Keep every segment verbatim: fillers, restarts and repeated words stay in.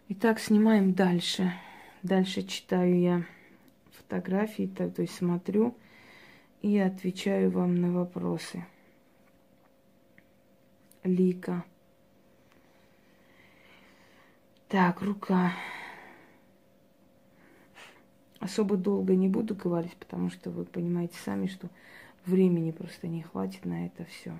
Итак, снимаем дальше. Дальше читаю я фотографии, то, то есть смотрю и отвечаю вам на вопросы. Лика. Так, рука. Особо долго не буду говорить, потому что вы понимаете сами, что времени просто не хватит на это все.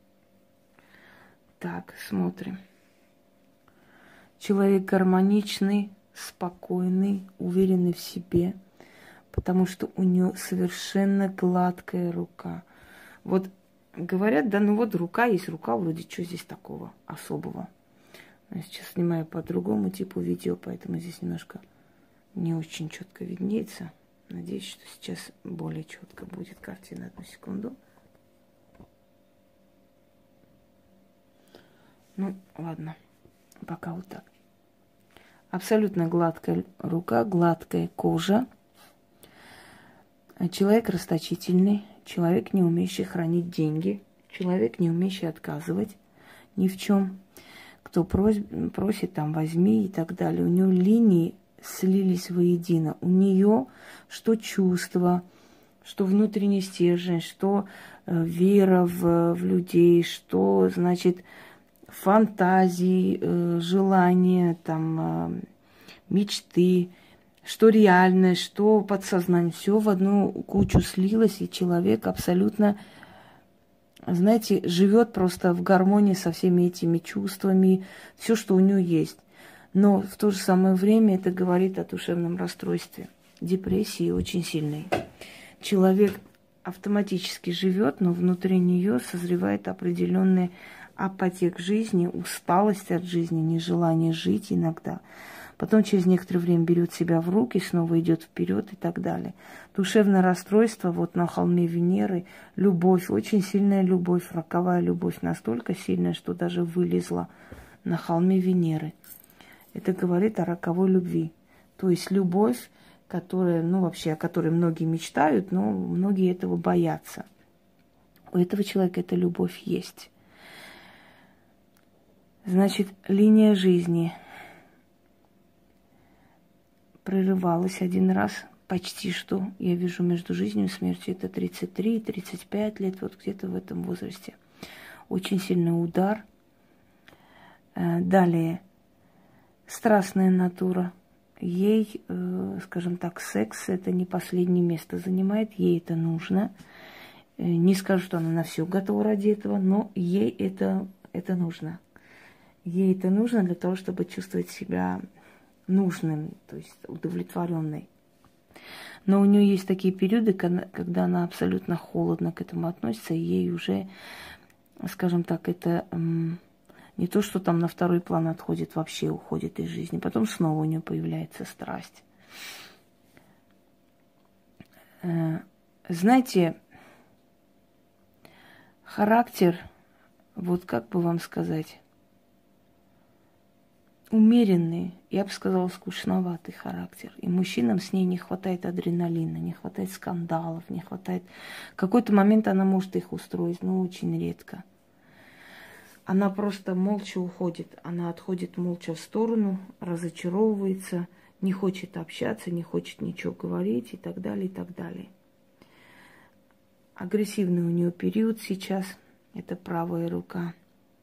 Так, смотрим. Человек гармоничный, спокойный, уверенный в себе, потому что у него совершенно гладкая рука. Вот говорят, да ну вот рука есть рука, вроде что здесь такого особого. Я сейчас снимаю по другому типу видео, поэтому здесь немножко не очень четко виднеется. Надеюсь, что сейчас более четко будет картина. Одну секунду. Ну, ладно, пока вот так. Абсолютно гладкая рука, гладкая кожа. Человек расточительный, человек, не умеющий хранить деньги, человек, не умеющий отказывать ни в чем. Кто просит, просит там, возьми и так далее. У него линии слились воедино. У нее что чувство, что внутренний стержень, что э, вера в, в людей, что, значит, фантазии, э, желания, там, э, мечты, что реальное, что подсознание. Все в одну кучу слилось, и человек абсолютно, знаете, живет просто в гармонии со всеми этими чувствами, все, что у него есть. Но в то же самое время это говорит о душевном расстройстве, депрессии очень сильной. Человек автоматически живет, но внутри нее созревает определенная апатия к жизни, усталость от жизни, нежелание жить иногда. Потом через некоторое время берет себя в руки, снова идет вперед и так далее. Душевное расстройство, вот на холме Венеры, любовь, очень сильная любовь, роковая любовь, настолько сильная, что даже вылезла на холме Венеры. Это говорит о роковой любви. То есть любовь, которая, ну вообще, о которой многие мечтают, но многие этого боятся. У этого человека эта любовь есть. Значит, линия жизни прерывалась один раз, почти что. Я вижу между жизнью и смертью это тридцать три тридцать пять лет, вот где-то в этом возрасте. Очень сильный удар. Далее, страстная натура. Ей, скажем так, секс это не последнее место занимает, ей это нужно. Не скажу, что она на все готова ради этого, но ей это, это нужно. Ей это нужно для того, чтобы чувствовать себя нужным, то есть удовлетворенной. Но у нее есть такие периоды, когда она абсолютно холодно к этому относится, и ей уже, скажем так, это не то, что там на второй план отходит, вообще уходит из жизни. Потом снова у нее появляется страсть. Знаете, характер, вот как бы вам сказать, умеренный, я бы сказала, скучноватый характер. И мужчинам с ней не хватает адреналина, не хватает скандалов, не хватает... В какой-то момент она может их устроить, но очень редко. Она просто молча уходит. Она отходит молча в сторону, разочаровывается, не хочет общаться, не хочет ничего говорить и так далее, и так далее. Агрессивный у нее период сейчас. Это правая рука.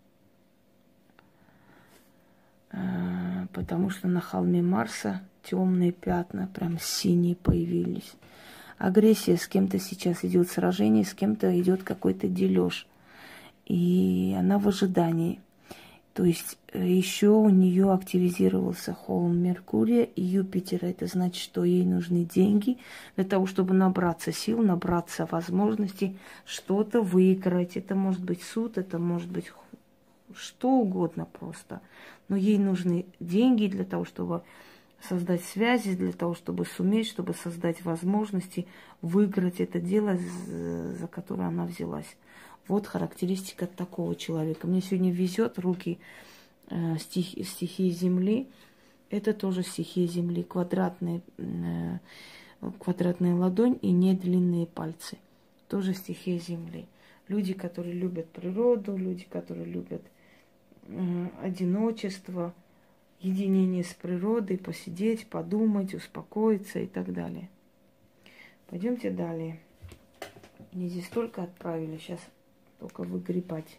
Потому что на холме Марса темные пятна, прям синие появились. Агрессия, с кем-то сейчас идет сражение, с кем-то идет какой-то дележ. И она в ожидании. То есть еще у нее активизировался холм Меркурия и Юпитера. Это значит, что ей нужны деньги для того, чтобы набраться сил, набраться возможностей что-то выиграть. Это может быть суд, это может быть что угодно просто. Но ей нужны деньги для того, чтобы создать связи, для того, чтобы суметь, чтобы создать возможности выиграть это дело, за которое она взялась. Вот характеристика такого человека. Мне сегодня везет руки э, стихи, стихии Земли. Это тоже стихия Земли. Квадратная, э, квадратная ладонь и недлинные пальцы. Тоже стихия Земли. Люди, которые любят природу, люди, которые любят одиночество единение с природой, посидеть, подумать, успокоиться и так далее. Пойдемте далее. Мне здесь только отправили, сейчас только выгребать.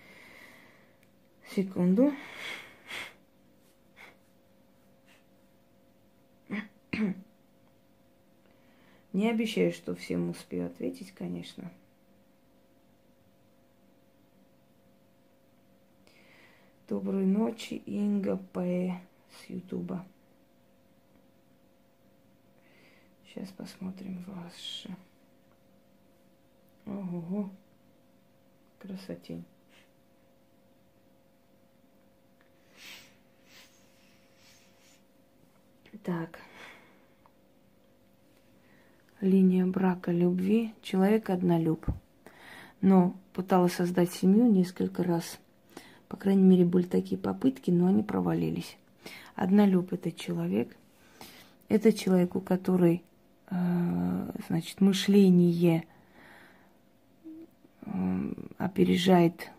Секунду. Не обещаю, что всем успею ответить, конечно. Доброй ночи, Инга П. с Ютуба. Сейчас посмотрим ваше. Ого, красотень. Так. Линия брака, любви. Человек однолюб. Но пыталась создать семью несколько раз. По крайней мере, были такие попытки, но они провалились. Однолюб – это человек. Это человек, у которого, э, значит, мышление э, опережает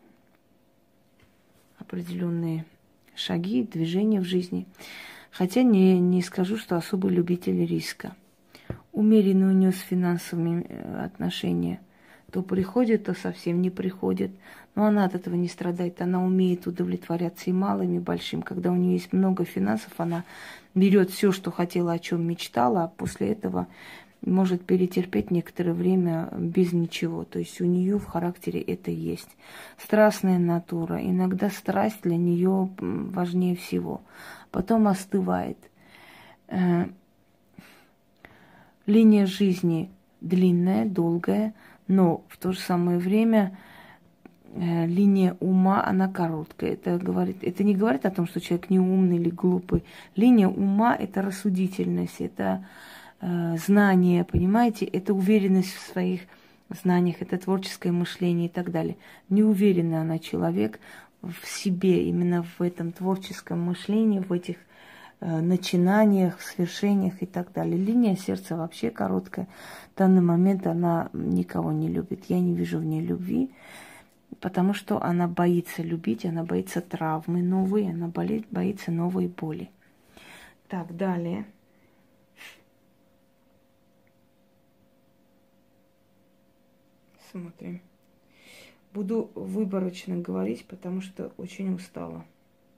определенные шаги, движения в жизни. Хотя не, не скажу, что особый любитель риска. Умеренный у нее с финансовыми отношения. То приходит, то совсем не приходит. Но она от этого не страдает. Она умеет удовлетворяться и малым, и большим. Когда у нее есть много финансов, она берет все, что хотела, о чем мечтала, а после этого может перетерпеть некоторое время без ничего. То есть у нее в характере это есть. Страстная натура. Иногда страсть для нее важнее всего. Потом остывает. Линия жизни длинная, долгая, но в то же самое время э, линия ума, она короткая. Это, говорит, это не говорит о том, что человек не умный или глупый. Линия ума – это рассудительность, это э, знание, понимаете? Это уверенность в своих знаниях, это творческое мышление и так далее. Неуверенный она человек в себе, именно в этом творческом мышлении, в этих начинаниях, свершениях и так далее. Линия сердца вообще короткая. В данный момент она никого не любит. Я не вижу в ней любви, потому что она боится любить, она боится травмы новой, она болит, боится новой боли. Так, далее. Смотрим. Буду выборочно говорить, потому что очень устала.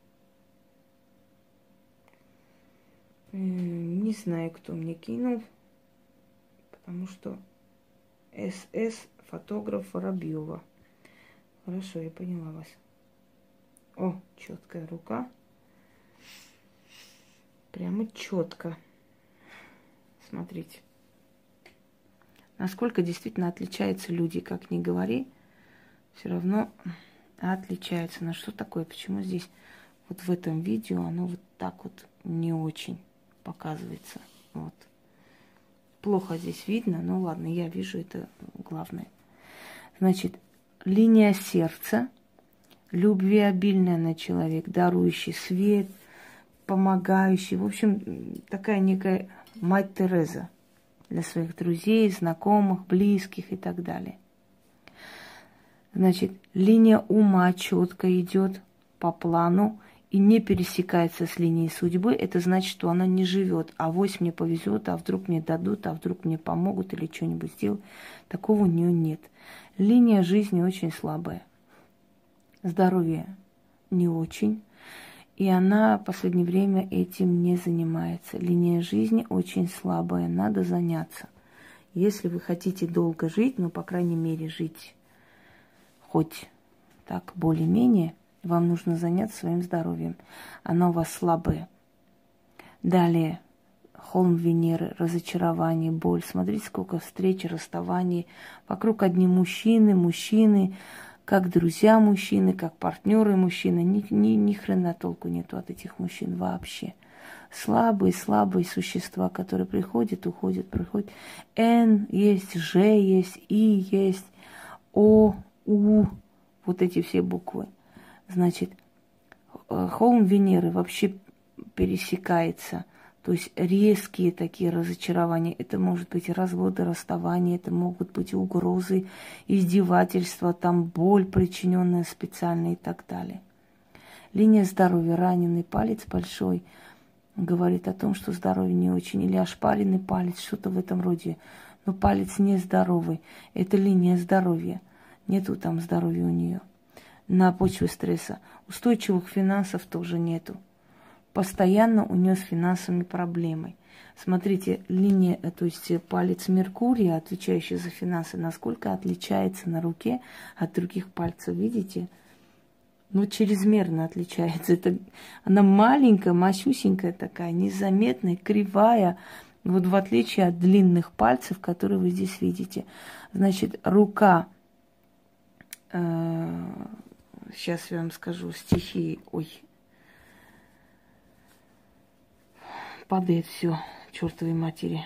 Не знаю, кто мне кинул, потому что СС фотограф Воробьева. Хорошо, я поняла вас. О, четкая рука. Прямо четко. Смотрите. Насколько действительно отличаются люди, как ни говори, все равно отличаются. На что такое? Почему здесь вот в этом видео оно вот так вот не очень показывается. Вот. Плохо здесь видно, но ладно, я вижу, это главное. Значит, линия сердца, любвеобильный на человек, дарующий свет, помогающий. В общем, такая некая мать Тереза для своих друзей, знакомых, близких и так далее. Значит, линия ума четко идет по плану и не пересекается с линией судьбы, это значит, что она не живет. Авось мне повезет, а вдруг мне дадут, а вдруг мне помогут или что-нибудь сделают. Такого у нее нет. Линия жизни очень слабая. Здоровье не очень. И она в последнее время этим не занимается. Линия жизни очень слабая, надо заняться. Если вы хотите долго жить, ну, по крайней мере, жить хоть так более-менее, вам нужно заняться своим здоровьем. Оно у вас слабое. Далее. Холм Венеры, разочарование, боль. Смотрите, сколько встреч, расставаний. Вокруг одни мужчины, мужчины, как друзья мужчины, как партнеры мужчины. Ни, ни, ни хрена толку нету от этих мужчин вообще. Слабые, слабые существа, которые приходят, уходят, приходят. Н есть, Ж есть, И есть, О, У. Вот эти все буквы. Значит, холм Венеры вообще пересекается. То есть резкие такие разочарования. Это может быть разводы, расставания, это могут быть угрозы, издевательства, там боль, причиненная специально и так далее. Линия здоровья, раненый палец большой, говорит о том, что здоровье не очень. Или ошпаренный палец, что-то в этом роде. Но палец нездоровый. Это линия здоровья. Нету там здоровья у нее. На почве стресса. Устойчивых финансов тоже нету. Постоянно у нее с финансами проблемы. Смотрите, линия, то есть палец Меркурия, отвечающий за финансы, насколько отличается на руке от других пальцев. Видите? Ну, чрезмерно отличается. Это, она маленькая, масюсенькая такая, незаметная, кривая. Вот в отличие от длинных пальцев, которые вы здесь видите. Значит, рука, э, сейчас я вам скажу, стихии, ой, падает все, чертовой матери.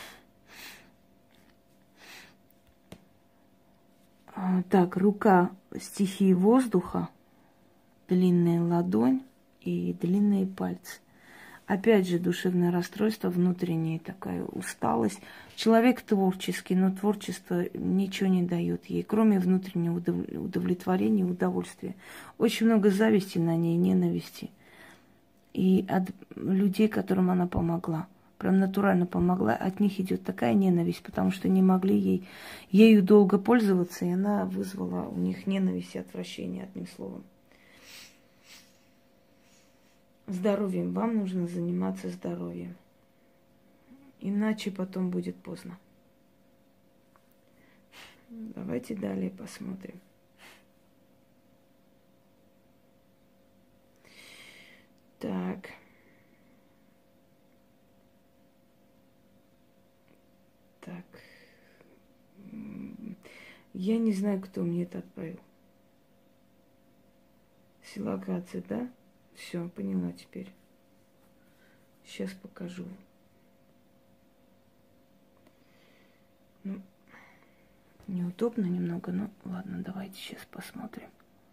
Так, рука стихии воздуха, длинная ладонь и длинные пальцы. Опять же, душевное расстройство, внутренняя такая усталость. Человек творческий, но творчество ничего не дает ей, кроме внутреннего удовлетворения и удовольствия. Очень много зависти на ней, ненависти. И от людей, которым она помогла, прям натурально помогла, от них идет такая ненависть, потому что не могли ей, ею долго пользоваться, и она вызвала у них ненависть и отвращение, одним словом. Здоровьем. Вам нужно заниматься здоровьем. Иначе потом будет поздно. Давайте далее посмотрим. Так. Так. Я не знаю, кто мне это отправил. Силакация, да? Все, поняла теперь. Сейчас покажу. Ну, неудобно немного, но ладно, давайте сейчас посмотрим.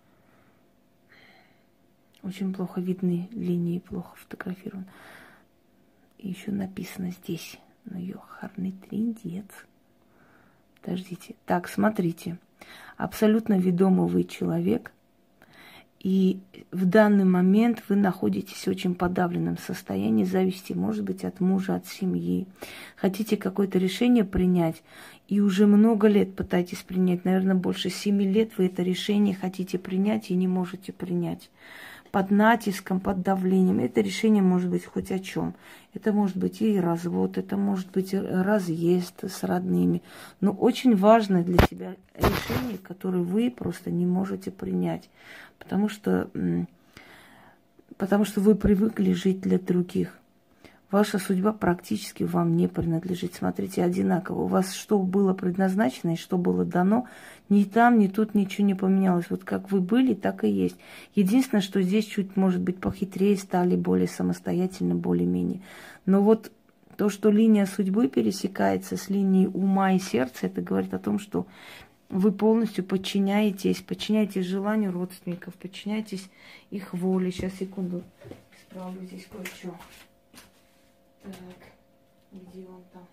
Очень плохо видны линии, плохо фотографирован. И еще написано здесь. Ну, ёхарный триндец. Подождите. Так, смотрите. Абсолютно ведомый вы человек. И в данный момент вы находитесь в очень подавленном состоянии зависти, может быть, от мужа, от семьи. Хотите какое-то решение принять, и уже много лет пытаетесь принять, наверное, больше семи лет вы это решение хотите принять и не можете принять. Под натиском, под давлением. Это решение может быть хоть о чем. Это может быть и развод, это может быть разъезд с родными. Но очень важное для себя решение, которое вы просто не можете принять. Потому что, потому что вы привыкли жить для других. Ваша судьба практически вам не принадлежит. Смотрите, одинаково. У вас что было предназначено и что было дано, ни там, ни тут ничего не поменялось. Вот как вы были, так и есть. Единственное, что здесь чуть, может быть, похитрее стали, более самостоятельно, более-менее. Но вот то, что линия судьбы пересекается с линией ума и сердца, это говорит о том, что вы полностью подчиняетесь, подчиняетесь желанию родственников, подчиняетесь их воле. Сейчас, секунду, исправлю здесь кое-что. Так, где он там?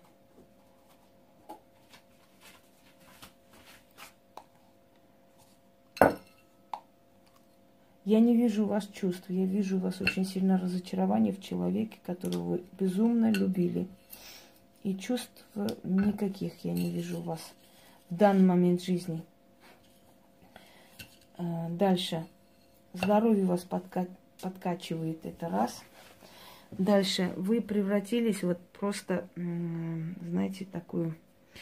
Я не вижу у вас чувств, я вижу у вас очень сильное разочарование в человеке, которого вы безумно любили. И чувств никаких я не вижу у вас в данный момент жизни. Дальше. Здоровье вас подка... подкачивает, это раз. Дальше. Вы превратились вот просто, знаете, такую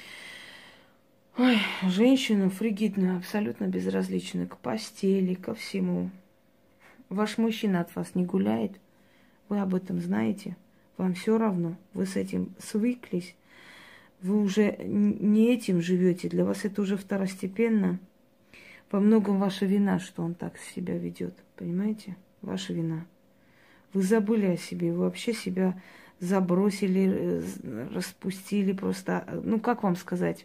ой, женщину фригидную, абсолютно безразличную к постели, ко всему. Ваш мужчина от вас не гуляет, вы об этом знаете, вам все равно, вы с этим свыклись, вы уже не этим живете, для вас это уже второстепенно. Во многом ваша вина, что он так себя ведет, понимаете? Ваша вина. Вы забыли о себе, вы вообще себя забросили, распустили просто. Ну, как вам сказать?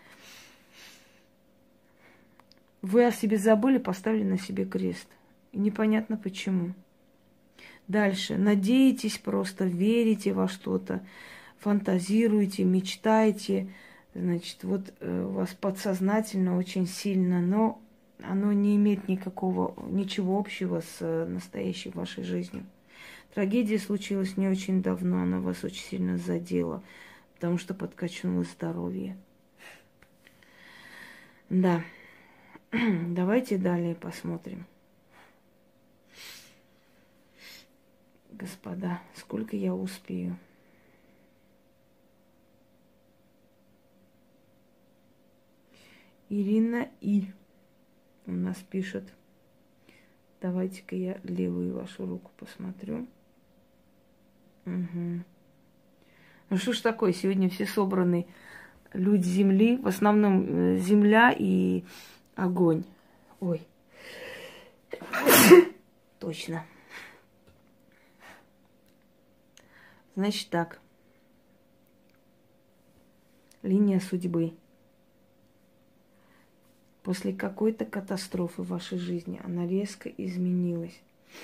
Вы о себе забыли, поставили на себе крест. И непонятно почему. Дальше. Надеетесь просто, верите во что-то, фантазируете, мечтаете. Значит, вот у вас подсознательно очень сильно, но оно не имеет никакого, ничего общего с настоящей вашей жизнью. Трагедия случилась не очень давно, она вас очень сильно задела, потому что подкачнулось здоровье. Да. Давайте далее посмотрим. Господа, сколько я успею? Ирина И. у нас пишет. Давайте-ка я левую вашу руку посмотрю. Угу. Ну что ж такое, сегодня все собраны люди Земли, в основном земля и огонь. Ой. Точно. Значит так. Линия судьбы. После какой-то катастрофы в вашей жизни она резко изменилась.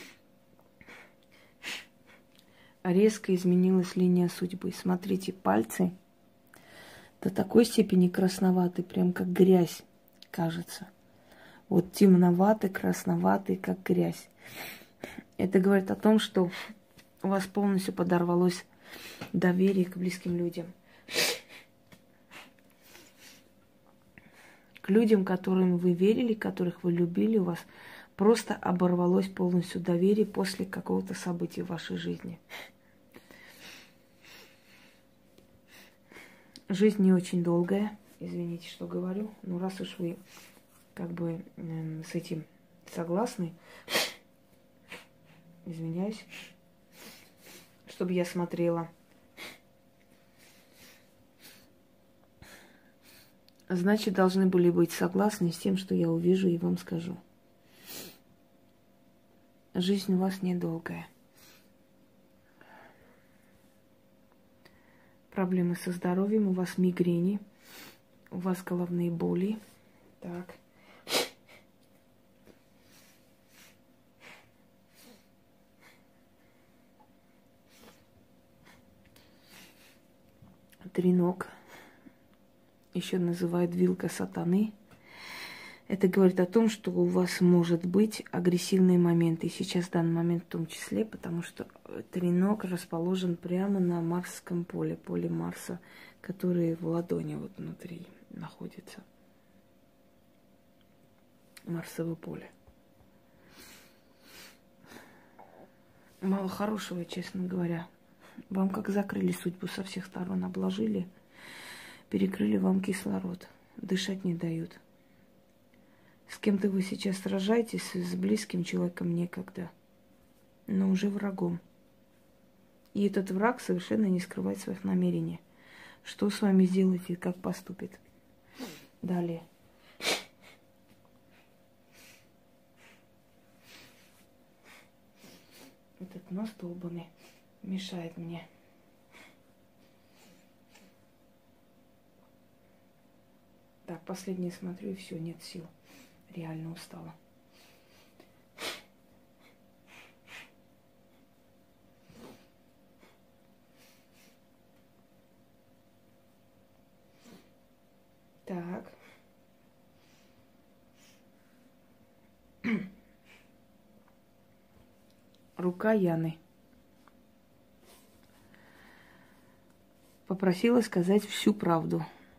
Резко изменилась линия судьбы. Смотрите, пальцы до такой степени красноваты, прям как грязь, кажется. Вот темноватый, красноватый, как грязь. Это говорит о том, что у вас полностью подорвалось доверие к близким людям. К людям, которым вы верили, которых вы любили, у вас просто оборвалось полностью доверие после какого-то события в вашей жизни. Жизнь не очень долгая, извините, что говорю, но раз уж вы как бы э, с этим согласны, извиняюсь, чтобы я смотрела. Значит, должны были быть согласны с тем, что я увижу и вам скажу. Жизнь у вас недолгая. Проблемы со здоровьем, у вас мигрени, у вас головные боли. Так. Треног. Еще называют вилка сатаны. Это говорит о том, что у вас может быть агрессивные моменты. И сейчас в данный момент в том числе, потому что треног расположен прямо на Марсском поле, поле Марса, которое в ладони вот внутри находится. Марсово поле. Мало хорошего, честно говоря. Вам как закрыли судьбу со всех сторон, обложили. Перекрыли вам кислород, дышать не дают. С кем-то вы сейчас сражаетесь, с близким человеком некогда, но уже врагом. И этот враг совершенно не скрывает своих намерений. Что с вами сделает и как поступит. Далее. Этот нос долбанный мешает мне. Так, последнее смотрю, и все, нет сил. Реально устала. Так. Рука Яны. Попросила сказать всю правду.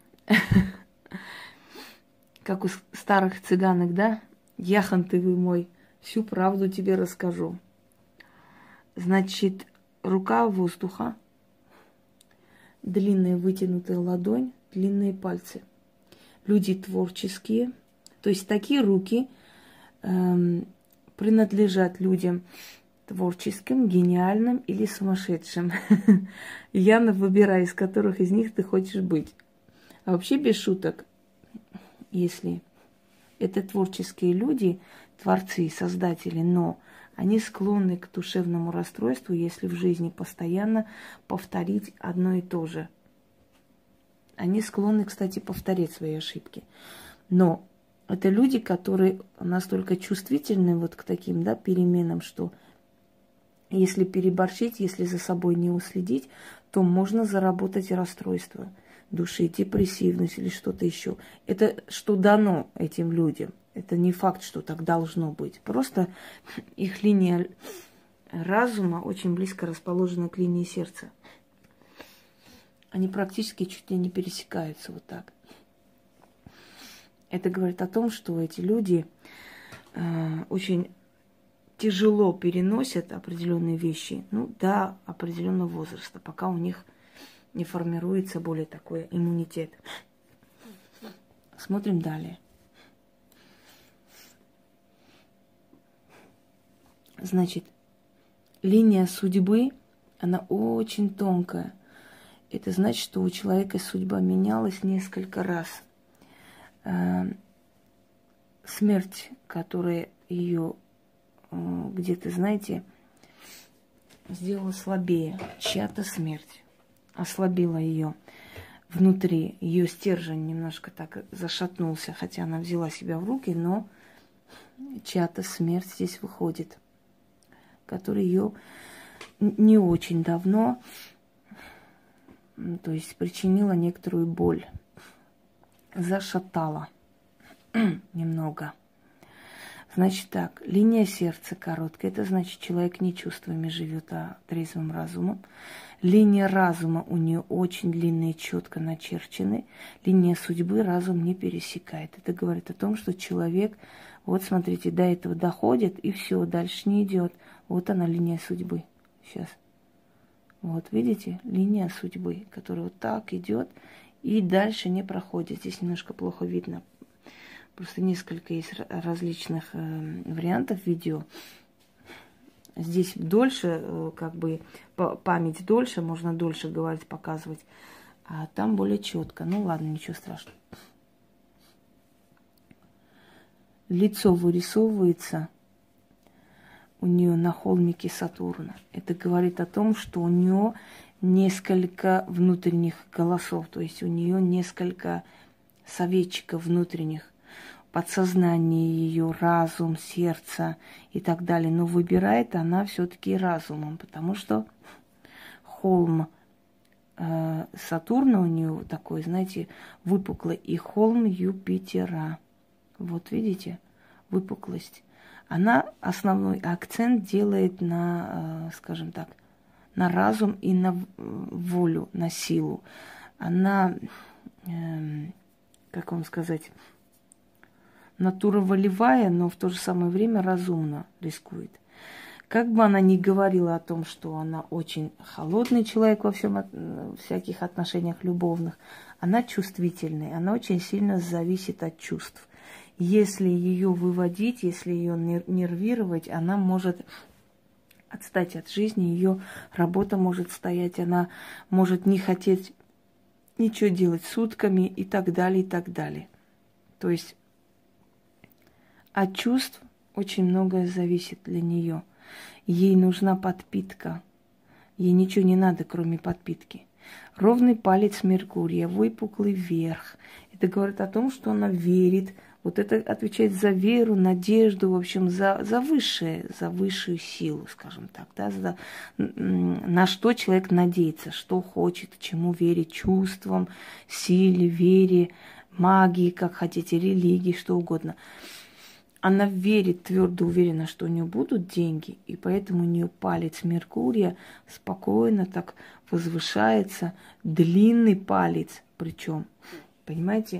Как у старых цыганок, да? Яхан ты вы мой, всю правду тебе расскажу. Значит, рука воздуха, длинная вытянутая ладонь, длинные пальцы. Люди творческие, то есть такие руки эм, принадлежат людям творческим, гениальным или сумасшедшим. Яна, выбирай, из которых из них ты хочешь быть. А вообще, без шуток, если это творческие люди, творцы, создатели, но они склонны к душевному расстройству, если в жизни постоянно повторить одно и то же. Они склонны, кстати, повторять свои ошибки. Но это люди, которые настолько чувствительны вот к таким, да, переменам, что если переборщить, если за собой не уследить, то можно заработать расстройство души, депрессивность или что-то еще. Это что дано этим людям. Это не факт, что так должно быть. Просто их линия разума очень близко расположена к линии сердца. Они практически чуть ли не пересекаются вот так. Это говорит о том, что эти люди э, очень тяжело переносят определенные вещи, ну, до определенного возраста, пока у них не формируется более такой иммунитет. Смотрим далее. Значит, линия судьбы, она очень тонкая. Это значит, что у человека судьба менялась несколько раз. Смерть, которая ее где-то, знаете, сделала слабее, чья-то смерть ослабила ее внутри, ее стержень немножко так зашатнулся, хотя она взяла себя в руки, но чья-то смерть здесь выходит, которая ее не очень давно, то есть причинила некоторую боль, зашатала немного. Значит так, линия сердца короткая, это значит, человек не чувствами живет, а трезвым разумом. Линия разума у нее очень длинная и четко начерчены. Линия судьбы разум не пересекает. Это говорит о том, что человек, вот смотрите, до этого доходит, и все, дальше не идет. Вот она, линия судьбы. Сейчас. Вот, видите, линия судьбы, которая вот так идет, и дальше не проходит. Здесь немножко плохо видно. Просто несколько есть различных э, вариантов видео. Здесь дольше, э, как бы, память дольше, можно дольше говорить, показывать. А там более четко. Ну ладно, ничего страшного. Лицо вырисовывается у нее на холмике Сатурна. Это говорит о том, что у нее несколько внутренних голосов. То есть у нее несколько советчиков внутренних. Подсознание ее, разум, сердце и так далее. Но выбирает она все-таки разумом, потому что холм э, Сатурна у нее такой, знаете, выпуклый, и холм Юпитера. Вот видите, выпуклость. Она основной акцент делает на, э, скажем так, на разум и на волю, на силу. Она, э, как вам сказать, натура волевая, но в то же самое время разумно рискует. Как бы она ни говорила о том, что она очень холодный человек во всем, всяких отношениях любовных, она чувствительная, она очень сильно зависит от чувств. Если ее выводить, если ее нервировать, она может отстать от жизни, ее работа может стоять, она может не хотеть ничего делать сутками и так далее, и так далее. То есть от чувств очень многое зависит для нее. Ей нужна подпитка. Ей ничего не надо, кроме подпитки. Ровный палец Меркурия, выпуклый вверх. Это говорит о том, что она верит. Вот это отвечает за веру, надежду, в общем, за, за высшее, за высшую силу, скажем так. Да, за, на что человек надеется, что хочет, чему верит, чувствам, силе, вере, магии, как хотите, религии, что угодно. Она верит, твердо уверена, что у нее будут деньги, и поэтому у нее палец Меркурия спокойно так возвышается, длинный палец, причем, понимаете,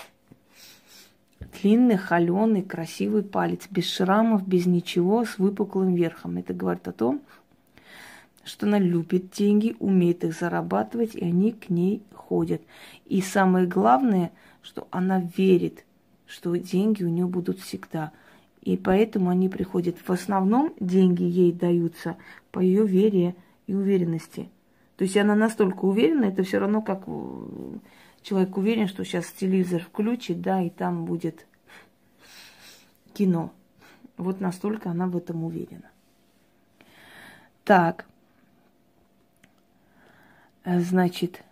длинный, холеный, красивый палец, без шрамов, без ничего, с выпуклым верхом. Это говорит о том, что она любит деньги, умеет их зарабатывать, и они к ней ходят. И самое главное, что она верит, что деньги у нее будут всегда. И поэтому они приходят. В основном деньги ей даются по ее вере и уверенности. То есть она настолько уверена, это все равно как человек уверен, что сейчас телевизор включит, да, и там будет кино. Вот настолько она в этом уверена. Так. Значит,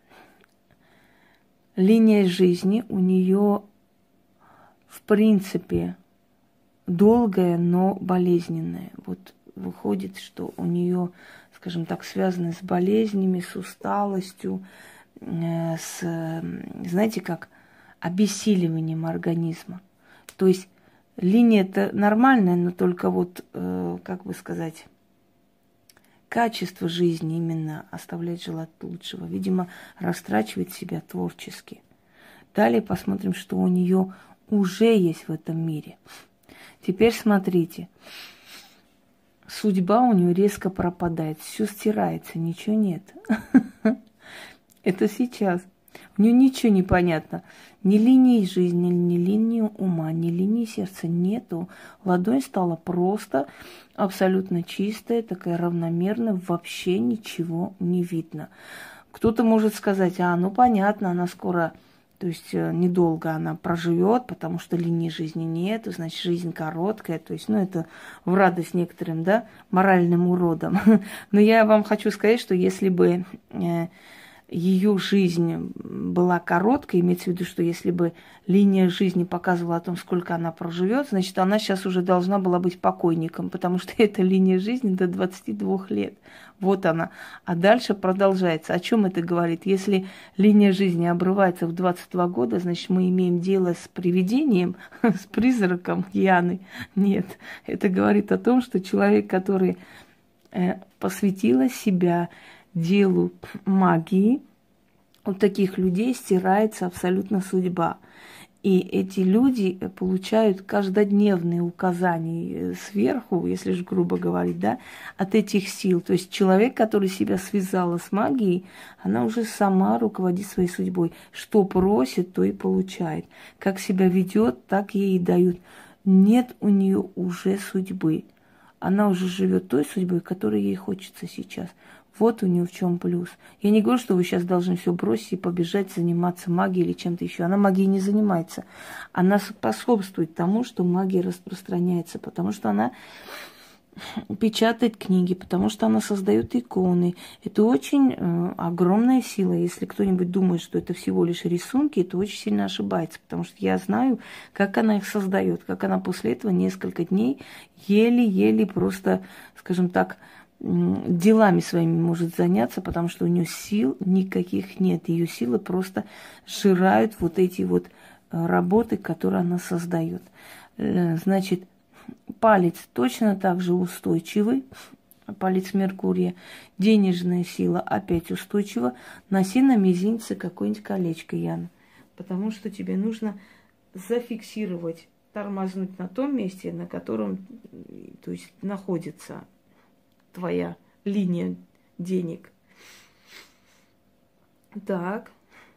линия жизни у нее в принципе долгая, но болезненная. Вот выходит, что у нее, скажем так, связано с болезнями, с усталостью, с, знаете, как обессиливанием организма. То есть Линия-то нормальная, но только вот, э, как бы сказать, качество жизни именно оставляет желать лучшего. Видимо, растрачивает себя творчески. Далее посмотрим, что у нее уже есть в этом мире. Теперь смотрите. Судьба у нее резко пропадает, все стирается, ничего нет. Это сейчас. У нее ничего не понятно. Ни линии жизни, ни линии ума, ни линии сердца нету. Ладонь стала просто абсолютно чистая, такая равномерная, вообще ничего не видно. Кто-то может сказать, а, ну понятно, она скоро, то есть недолго она проживет, потому что линии жизни нет, значит, жизнь короткая. То есть, ну, это в радость некоторым, да, моральным уродам. Но я вам хочу сказать, что если бы э, ее жизнь была короткой, имеется в виду, что если бы линия жизни показывала о том, сколько она проживет, значит, она сейчас уже должна была быть покойником, потому что эта линия жизни до двадцати двух лет. Вот она. А дальше продолжается. О чем это говорит? Если линия жизни обрывается в двадцать два года, значит, мы имеем дело с привидением, с призраком Яны. Нет. Это говорит о том, что человек, который э, посвятила себя делу магии, у таких людей стирается абсолютно судьба. И эти люди получают каждодневные указания сверху, если же грубо говорить, да, от этих сил. То есть человек, который себя связала с магией, она уже сама руководит своей судьбой. Что просит, то и получает. Как себя ведет, так ей и дают. Нет у нее уже судьбы. Она уже живет той судьбой, которой ей хочется сейчас. Вот у нее в чем плюс. Я не говорю, что вы сейчас должны все бросить и побежать заниматься магией или чем-то еще. Она магией не занимается. Она способствует тому, что магия распространяется, потому что она печатает книги, потому что она создает иконы. Это очень э, огромная сила. Если кто-нибудь думает, что это всего лишь рисунки, то очень сильно ошибается, потому что я знаю, как она их создает, как она после этого несколько дней еле-еле просто, скажем так, делами своими может заняться, потому что у нее сил никаких нет. Ее силы просто сжирают вот эти вот работы, которые она создает. Значит, палец точно так же устойчивый, палец Меркурия. Денежная сила опять устойчива. Носи на мизинце какое-нибудь колечко, Яна, потому что тебе нужно зафиксировать, тормознуть на том месте, на котором, то есть, находится твоя линия денег. Так.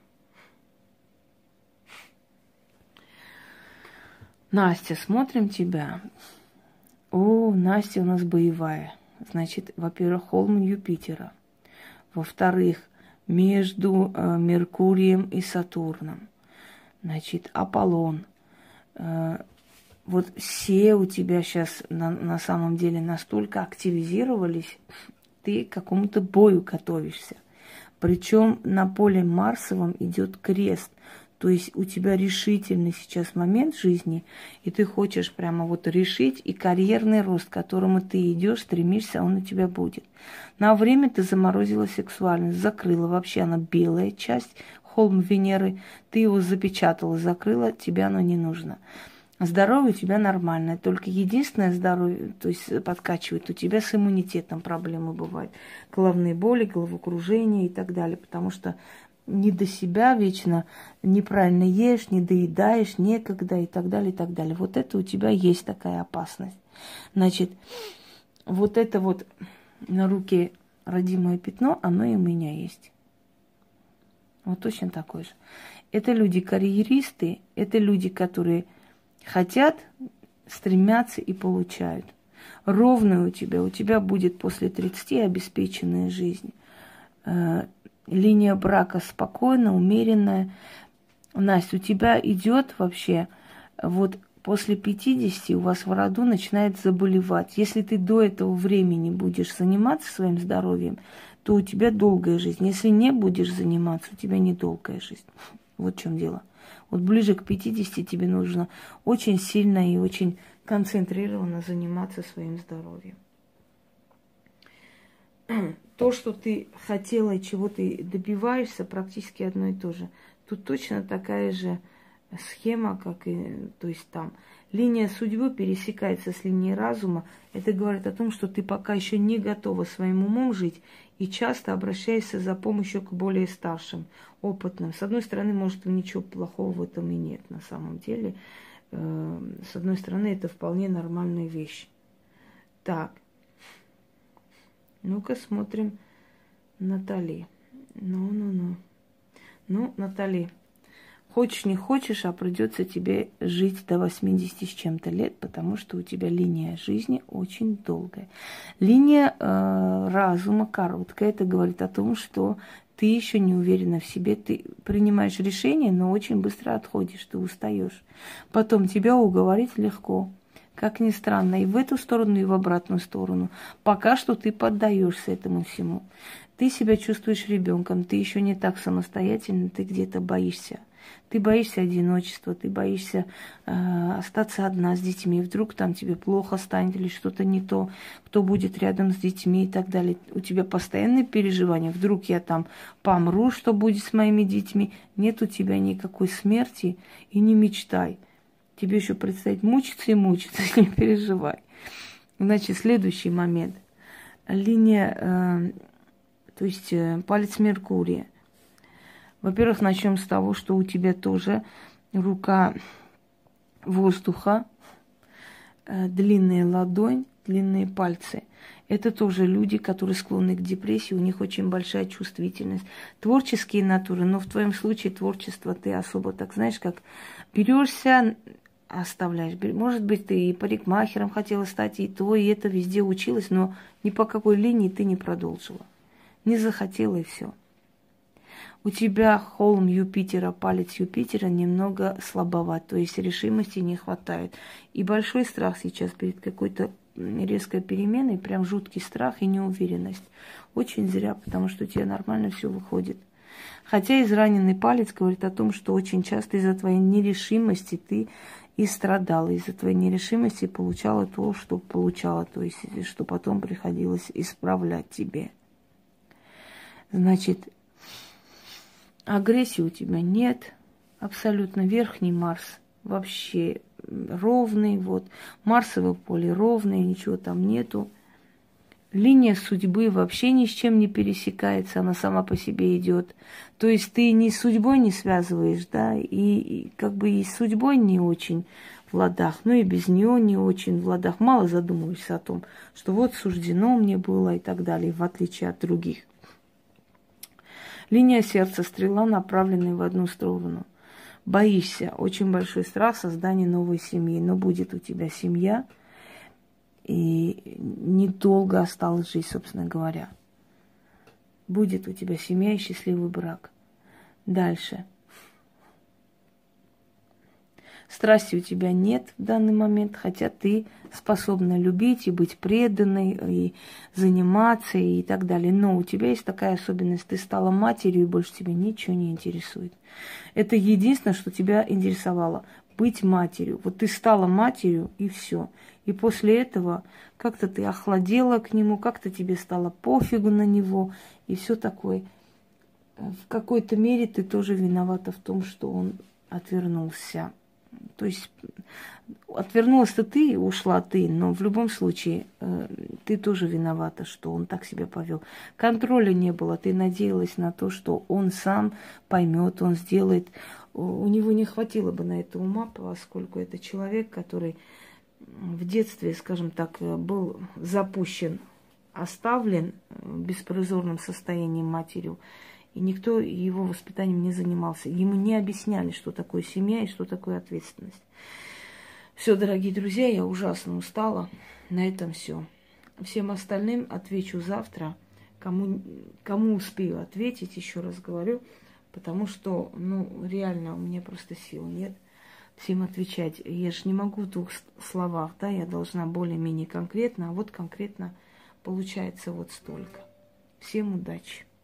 Настя, смотрим тебя. О, Настя у нас боевая. Значит, во-первых, холм Юпитера. Во-вторых, между э, Меркурием и Сатурном. Значит, Аполлон. Э, Вот все у тебя сейчас на, на самом деле настолько активизировались, ты к какому-то бою готовишься. Причем на поле Марсовом идет крест. То есть у тебя решительный сейчас момент жизни, и ты хочешь прямо вот решить, и карьерный рост, к которому ты идешь, стремишься, он у тебя будет. На время ты заморозила сексуальность, закрыла, вообще она белая часть, холм Венеры, ты его запечатала, закрыла, тебе оно не нужно. Здоровье у тебя нормальное, только единственное здоровье, то есть подкачивает, у тебя с иммунитетом проблемы бывают. Головные боли, головокружение и так далее, потому что не до себя вечно, неправильно ешь, не доедаешь, некогда и так далее, и так далее. Вот это у тебя есть такая опасность. Значит, вот это вот на руке родимое пятно, оно и у меня есть. Вот точно такое же. Это люди-карьеристы, это люди, которые хотят, стремятся и получают. Ровно у тебя, у тебя будет после тридцати обеспеченная жизнь. Э, линия брака спокойная, умеренная. Настя, у тебя идет вообще, вот после пятидесяти у вас в роду начинает заболевать. Если ты до этого времени будешь заниматься своим здоровьем, то у тебя долгая жизнь. Если не будешь заниматься, у тебя недолгая жизнь. Вот в чем дело. Вот ближе к пятидесяти тебе нужно очень сильно и очень концентрированно заниматься своим здоровьем. То, что ты хотела и чего ты добиваешься, практически одно и то же. Тут точно такая же схема, как и, то есть там линия судьбы пересекается с линией разума. Это говорит о том, что ты пока еще не готова своим умом жить и часто обращаешься за помощью к более старшим, опытным. С одной стороны, может, ничего плохого в этом и нет на самом деле. С одной стороны, это вполне нормальная вещь. Так, ну-ка смотрим Натали. Ну-ну-ну. Ну, Натали, хочешь не хочешь, а придется тебе жить до восьмидесяти с чем-то лет, потому что у тебя линия жизни очень долгая. Линия э, разума короткая. Это говорит о том, что ты еще не уверена в себе, ты принимаешь решение, но очень быстро отходишь, ты устаешь. Потом тебя уговорить легко, как ни странно, и в эту сторону, и в обратную сторону. Пока что ты поддаешься этому всему. Ты себя чувствуешь ребенком, ты еще не так самостоятельно, ты где-то боишься. Ты боишься одиночества, ты боишься э, остаться одна с детьми. Вдруг там тебе плохо станет или что-то не то, кто будет рядом с детьми и так далее. У тебя постоянные переживания. Вдруг я там помру, что будет с моими детьми. Нет у тебя никакой смерти и не мечтай. Тебе еще предстоит мучиться и мучиться, не переживай. Значит, следующий момент. Линия, э, то есть э, палец Меркурия. Во-первых, начнем с того, что у тебя тоже рука воздуха, э, длинная ладонь, длинные пальцы. Это тоже люди, которые склонны к депрессии, у них очень большая чувствительность. Творческие натуры, но в твоем случае творчество ты особо, так знаешь, как берешься, оставляешь. Может быть, ты и парикмахером хотела стать, и то, и это везде училась, но ни по какой линии ты не продолжила. Не захотела, и все. У тебя холм Юпитера, палец Юпитера немного слабоват, то есть решимости не хватает. И большой страх сейчас перед какой-то резкой переменой, прям жуткий страх и неуверенность. Очень зря, потому что у тебя нормально все выходит. Хотя израненный палец говорит о том, что очень часто из-за твоей нерешимости ты и страдала, из-за твоей нерешимости получала то, что получала, то есть что потом приходилось исправлять тебе. Значит, агрессии у тебя нет, абсолютно верхний Марс вообще ровный, вот, Марсово поле ровное, ничего там нету. Линия судьбы вообще ни с чем не пересекается, она сама по себе идет. То есть ты ни с судьбой не связываешь, да, и, и как бы и с судьбой не очень в ладах, но и без нее не очень в ладах. Мало задумываешься о том, что вот суждено мне было и так далее, в отличие от других. Линия сердца, стрела, направленная в одну сторону. Боишься, очень большой страх создания новой семьи, но будет у тебя семья, и недолго осталось жить, собственно говоря. Будет у тебя семья и счастливый брак. Дальше. Страсти у тебя нет в данный момент, хотя ты способна любить и быть преданной, и заниматься, и так далее. Но у тебя есть такая особенность, ты стала матерью, и больше тебя ничего не интересует. Это единственное, что тебя интересовало. Быть матерью. Вот ты стала матерью, и все. И после этого как-то ты охладела к нему, как-то тебе стало пофигу на него, и все такое. В какой-то мере ты тоже виновата в том, что он отвернулся. То есть отвернулась-то ты, ушла ты, но в любом случае э, ты тоже виновата, что он так себя повел. Контроля не было, ты надеялась на то, что он сам поймет, он сделает. У него не хватило бы на это ума, поскольку это человек, который в детстве, скажем так, был запущен, оставлен в беспризорном состоянии матерью. И никто его воспитанием не занимался. Ему не объясняли, что такое семья и что такое ответственность. Все, дорогие друзья, я ужасно устала. На этом все. Всем остальным отвечу завтра. Кому, кому успею ответить, еще раз говорю. Потому что, ну, реально, у меня просто сил нет всем отвечать. Я же не могу в двух словах, да, я должна более-менее конкретно. А вот конкретно получается вот столько. Всем удачи.